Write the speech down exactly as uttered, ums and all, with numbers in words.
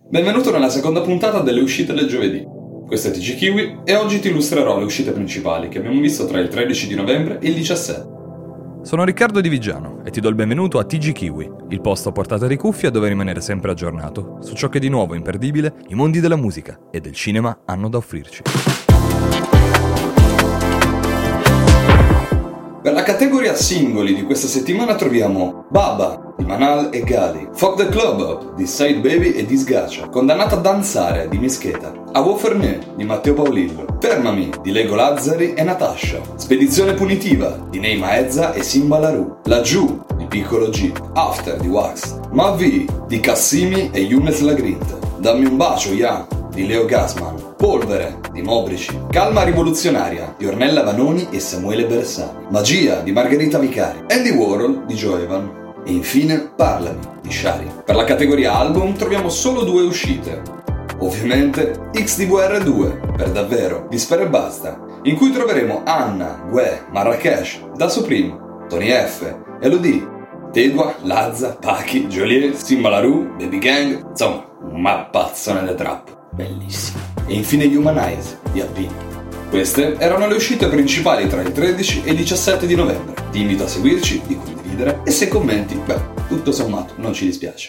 Benvenuto nella seconda puntata delle uscite del giovedì. Questo è T G Kiwi e oggi ti illustrerò le uscite principali che abbiamo visto tra il tredici di novembre e il diciassette. Sono Riccardo Di Vigiano e ti do il benvenuto a T G Kiwi, il posto a portata di cuffia dove rimanere sempre aggiornato su ciò che di nuovo e imperdibile i mondi della musica e del cinema hanno da offrirci. Per la categoria singoli di questa settimana troviamo Baba di Manal e Gali, Fuck the Club Up di Said Baby e Disgacia, Condannata a danzare di Mischeta, Avo Fernet di Matteo Paolillo, Fermami di Lego Lazzari e Natasha, Spedizione Punitiva di Neima Ezza e Simba Larù, Laggiù di Piccolo G, After di Wax, Ma V di Cassimi e Younes Lagrint, Dammi un bacio, Ya di Leo Gassman, Polvere di Mobrici, Calma rivoluzionaria di Ornella Vanoni e Samuele Bersani, Magia di Margherita Vicari, Andy Warhol di Joe Evan e infine Parlami di Shari. Per la categoria album troviamo solo due uscite. Ovviamente X D V R due, per davvero, di Sfera e Basta, in cui troveremo Anna, Gue, Marrakesh, Da Supreme, Tony F, Elodie, Tedua, Lazza, Pachi, Joliet, Simba Larù, Baby Gang, insomma, un mappazzone de trap. Bellissimo. E infine Humanize di A P. Queste erano le uscite principali tra il tredici e il diciassette di novembre. Ti invito a seguirci, di condividere e se commenti, beh, tutto sommato non ci dispiace.